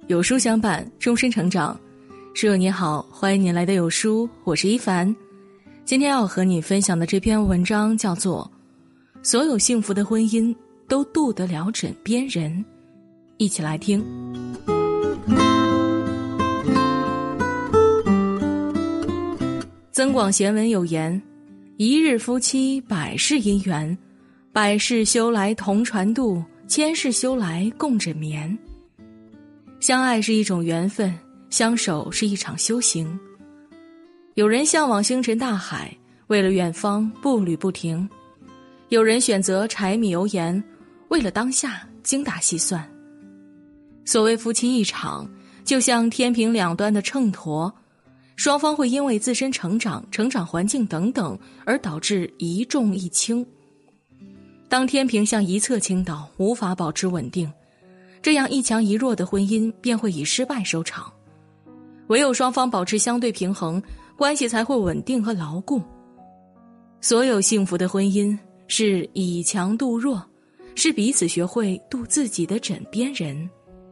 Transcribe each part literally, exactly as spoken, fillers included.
有书相伴，终身成长。书友你好，欢迎你来到有书，我是一凡。今天要和你分享的这篇文章叫做《所有幸福的婚姻都渡得了枕边人》，一起来听。增广贤文有言：一日夫妻百世姻缘，百世修来同船渡，千世修来共枕眠。相爱是一种缘分，相守是一场修行。有人向往星辰大海，为了远方步履不停；有人选择柴米油盐，为了当下精打细算。所谓夫妻一场，就像天平两端的秤砣，双方会因为自身成长、成长环境等等而导致一重一轻。当天平向一侧倾倒，无法保持稳定，这样一强一弱的婚姻便会以失败收场。唯有双方保持相对平衡，关系才会稳定和牢固。所有幸福的婚姻是以强度弱，是彼此学会渡自己的枕边人。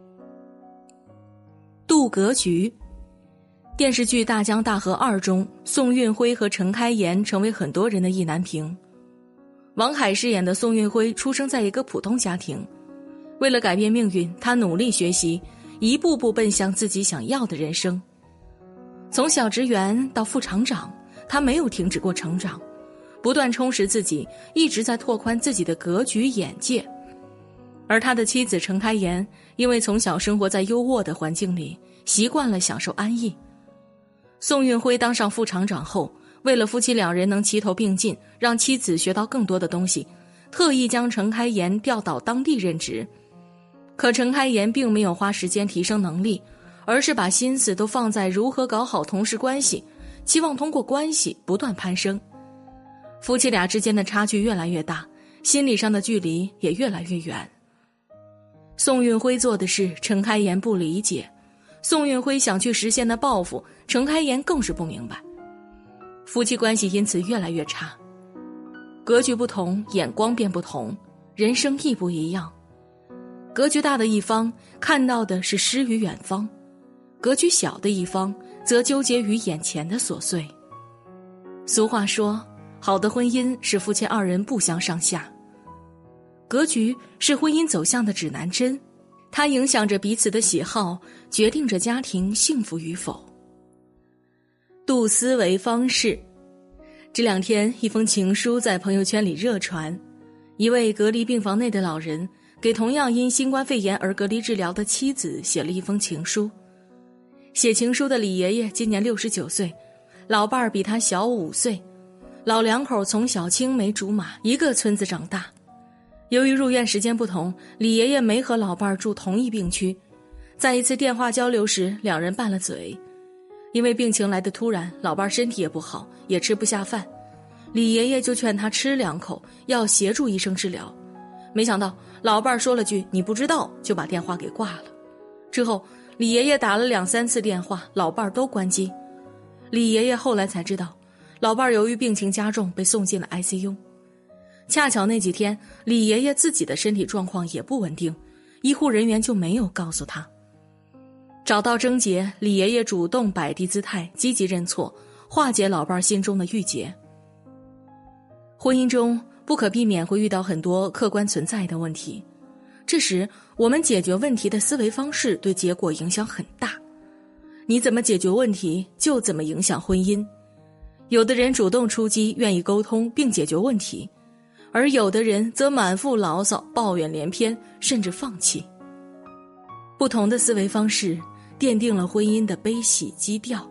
渡格局。电视剧《大江大河二》中，宋运辉和程开颜成为很多人的意难平。王凯饰演的宋运辉出生在一个普通家庭，为了改变命运，他努力学习，一步步奔向自己想要的人生。从小职员到副厂长，他没有停止过成长，不断充实自己，一直在拓宽自己的格局眼界。而他的妻子程开颜，因为从小生活在优渥的环境里，习惯了享受安逸。宋运辉当上副厂长后，为了夫妻两人能齐头并进，让妻子学到更多的东西，特意将程开颜调到当地任职。可程开颜并没有花时间提升能力，而是把心思都放在如何搞好同事关系，期望通过关系不断攀升。夫妻俩之间的差距越来越大，心理上的距离也越来越远。宋运辉做的事，程开颜不理解；宋运辉想去实现的抱负，程开颜更是不明白。夫妻关系因此越来越差。格局不同，眼光便不同，人生亦不一样。格局大的一方看到的是诗与远方，格局小的一方则纠结于眼前的琐碎。俗话说，好的婚姻是夫妻二人不相上下。格局是婚姻走向的指南针，它影响着彼此的喜好，决定着家庭幸福与否。度思维方式。这两天一封情书在朋友圈里热传，一位隔离病房内的老人给同样因新冠肺炎而隔离治疗的妻子写了一封情书。写情书的李爷爷今年六十九岁，老伴儿比他小五岁，老两口从小青梅竹马，一个村子长大。由于入院时间不同，李爷爷没和老伴儿住同一病区，在一次电话交流时，两人拌了嘴。因为病情来得突然，老伴儿身体也不好，也吃不下饭，李爷爷就劝他吃两口，要协助医生治疗。没想到老伴儿说了句你不知道，就把电话给挂了。之后李爷爷打了两三次电话，老伴儿都关机。李爷爷后来才知道，老伴儿由于病情加重被送进了 I C U。 恰巧那几天李爷爷自己的身体状况也不稳定，医护人员就没有告诉他。找到症结，李爷爷主动摆低姿态，积极认错，化解老伴儿心中的郁结。婚姻中不可避免会遇到很多客观存在的问题，这时我们解决问题的思维方式对结果影响很大。你怎么解决问题，就怎么影响婚姻。有的人主动出击，愿意沟通并解决问题，而有的人则满腹牢骚，抱怨连篇，甚至放弃。不同的思维方式奠定了婚姻的悲喜基调。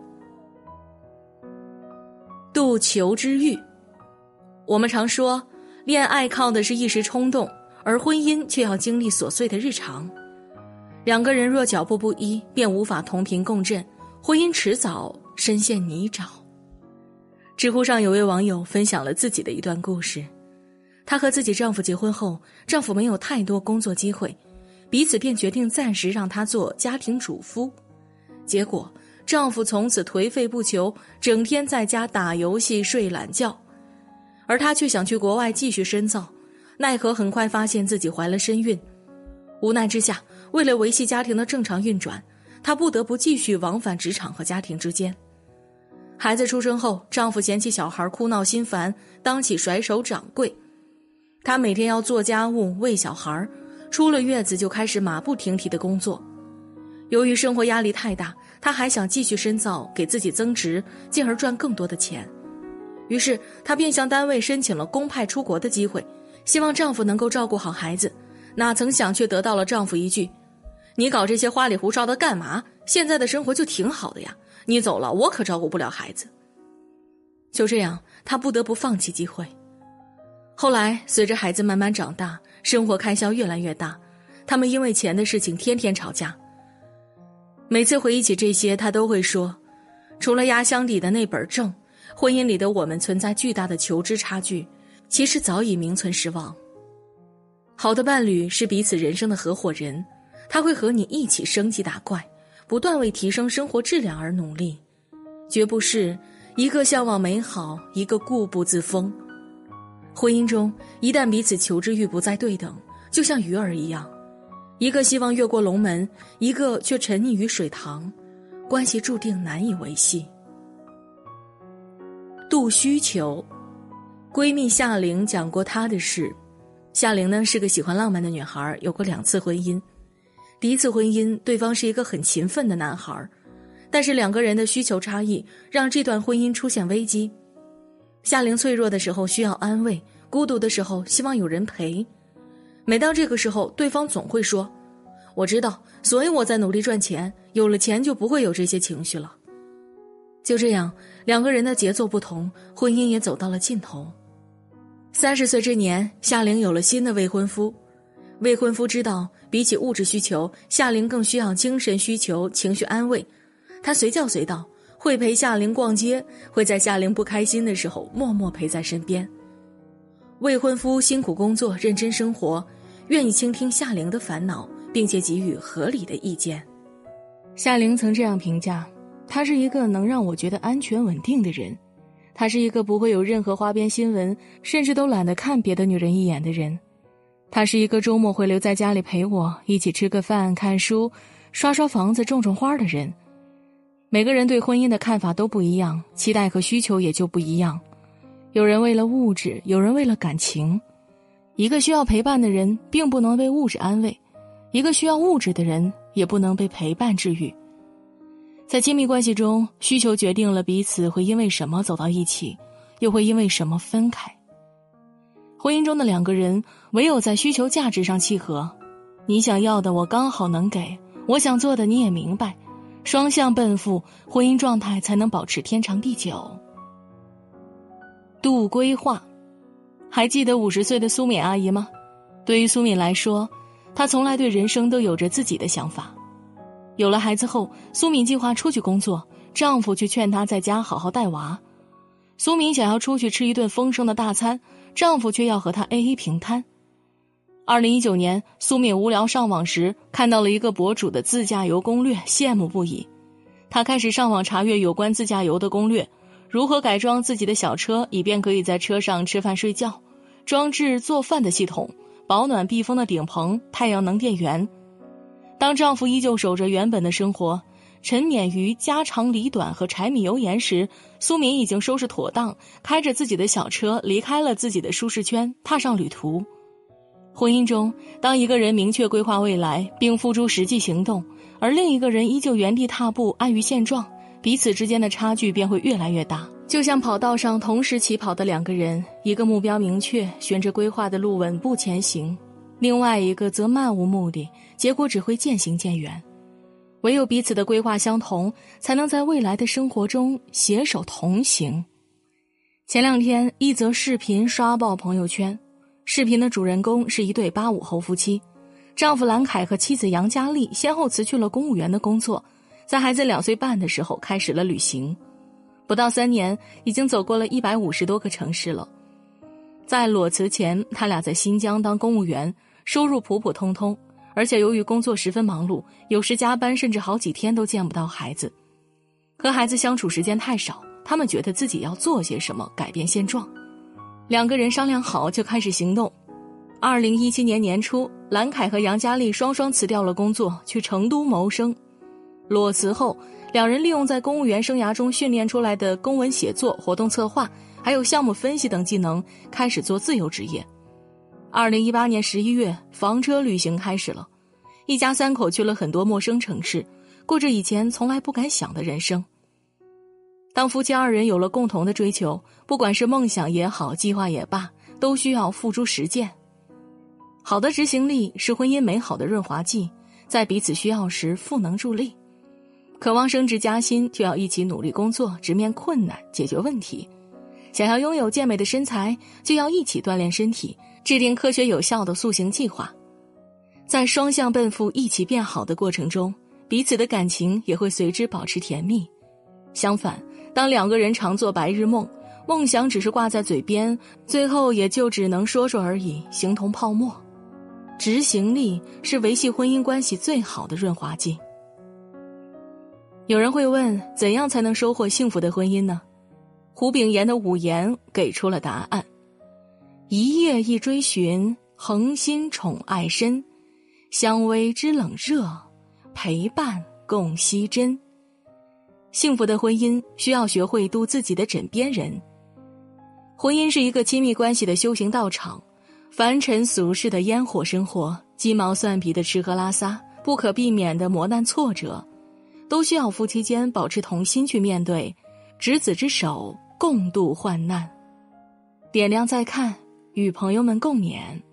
度求知欲。我们常说，恋爱靠的是一时冲动，而婚姻却要经历琐碎的日常。两个人若脚步不一，便无法同频共振，婚姻迟早深陷泥沼。知乎上有位网友分享了自己的一段故事。她和自己丈夫结婚后，丈夫没有太多工作机会，彼此便决定暂时让她做家庭主妇。结果丈夫从此颓废不求，整天在家打游戏睡懒觉，而她却想去国外继续深造，奈何很快发现自己怀了身孕。无奈之下，为了维系家庭的正常运转， 她不得不继续往返职场和家庭之间。孩子出生后，丈夫嫌弃小孩哭闹心烦，当起甩手掌柜。她每天要做家务、喂小孩，出了月子就开始马不停蹄的工作。由于生活压力太大，她还想继续深造，给自己增值，进而赚更多的钱。于是她便向单位申请了公派出国的机会，希望丈夫能够照顾好孩子。哪曾想却得到了丈夫一句：你搞这些花里胡哨的干嘛？现在的生活就挺好的呀，你走了我可照顾不了孩子。就这样，她不得不放弃机会。后来随着孩子慢慢长大，生活开销越来越大，他们因为钱的事情天天吵架。每次回忆起这些，她都会说，除了压箱底的那本证，婚姻里的我们存在巨大的求知差距，其实早已名存实亡。好的伴侣是彼此人生的合伙人，他会和你一起升级打怪，不断为提升生活质量而努力，绝不是一个向往美好，一个固步自封。婚姻中一旦彼此求知欲不再对等，就像鱼儿一样，一个希望越过龙门，一个却沉溺于水塘，关系注定难以维系。度需求。闺蜜夏玲讲过她的事。夏玲呢是个喜欢浪漫的女孩，有过两次婚姻。第一次婚姻，对方是一个很勤奋的男孩，但是两个人的需求差异让这段婚姻出现危机。夏玲脆弱的时候需要安慰，孤独的时候希望有人陪。每当这个时候，对方总会说，我知道，所以我在努力赚钱，有了钱就不会有这些情绪了。就这样，两个人的节奏不同，婚姻也走到了尽头。三十岁这年，夏玲有了新的未婚夫。未婚夫知道，比起物质需求，夏玲更需要精神需求、情绪安慰。他随叫随到，会陪夏玲逛街，会在夏玲不开心的时候默默陪在身边。未婚夫辛苦工作，认真生活，愿意倾听夏玲的烦恼，并且给予合理的意见。夏玲曾这样评价，他是一个能让我觉得安全稳定的人，他是一个不会有任何花边新闻，甚至都懒得看别的女人一眼的人。他是一个周末会留在家里陪我，一起吃个饭、看书、刷刷房子、种种花的人。每个人对婚姻的看法都不一样，期待和需求也就不一样。有人为了物质，有人为了感情。一个需要陪伴的人并不能被物质安慰，一个需要物质的人也不能被陪伴治愈。在亲密关系中，需求决定了彼此会因为什么走到一起，又会因为什么分开。婚姻中的两个人唯有在需求价值上契合，你想要的我刚好能给，我想做的你也明白，双向奔赴，婚姻状态才能保持天长地久。度规划。还记得五十岁的苏敏阿姨吗？对于苏敏来说，她从来对人生都有着自己的想法。有了孩子后，苏敏计划出去工作，丈夫却劝她在家好好带娃。苏敏想要出去吃一顿丰盛的大餐，丈夫却要和她 A A 平摊。二零一九年，苏敏无聊上网时看到了一个博主的自驾游攻略，羡慕不已。她开始上网查阅有关自驾游的攻略，如何改装自己的小车，以便可以在车上吃饭睡觉，装置做饭的系统，保暖避风的顶棚，太阳能电源。当丈夫依旧守着原本的生活，沉湎于家长里短和柴米油盐时，苏敏已经收拾妥当，开着自己的小车离开了自己的舒适圈，踏上旅途。婚姻中，当一个人明确规划未来并付诸实际行动，而另一个人依旧原地踏步安于现状，彼此之间的差距便会越来越大。就像跑道上同时起跑的两个人，一个目标明确，循着规划的路稳步前行，另外一个则漫无目的，结果只会渐行渐远。唯有彼此的规划相同，才能在未来的生活中携手同行。前两天，一则视频刷爆朋友圈。视频的主人公是一对八五后夫妻，丈夫蓝凯和妻子杨佳丽先后辞去了公务员的工作，在孩子两岁半的时候开始了旅行。不到三年，已经走过了一百五十多个城市了。在裸辞前，他俩在新疆当公务员，收入普普通通，而且由于工作十分忙碌，有时加班甚至好几天都见不到孩子。和孩子相处时间太少，他们觉得自己要做些什么改变现状。两个人商量好就开始行动。二零一七年年初，蓝凯和杨佳丽双双辞掉了工作，去成都谋生。 裸辞后，两人利用在公务员生涯中训练出来的公文写作、活动策划，还有项目分析等技能，开始做自由职业。二零一八年十一月，房车旅行开始了，一家三口去了很多陌生城市，过着以前从来不敢想的人生。当夫妻二人有了共同的追求，不管是梦想也好，计划也罢，都需要付诸实践。好的执行力是婚姻美好的润滑剂，在彼此需要时赋能助力。渴望升职加薪，就要一起努力工作，直面困难，解决问题。想要拥有健美的身材，就要一起锻炼身体，制定科学有效的塑形计划。在双向奔赴、一起变好的过程中，彼此的感情也会随之保持甜蜜。相反，当两个人常做白日梦，梦想只是挂在嘴边，最后也就只能说说而已，形同泡沫。执行力是维系婚姻关系最好的润滑剂。有人会问，怎样才能收获幸福的婚姻呢？胡炳炎的五言给出了答案：一夜一追寻，恒心宠爱深，相偎知冷热，陪伴共惜真。幸福的婚姻需要学会渡自己的枕边人。婚姻是一个亲密关系的修行道场，凡尘俗世的烟火生活，鸡毛蒜皮的吃喝拉撒，不可避免的磨难挫折，都需要夫妻间保持童心去面对，执子之手，共度患难。点亮再看，与朋友们共勉。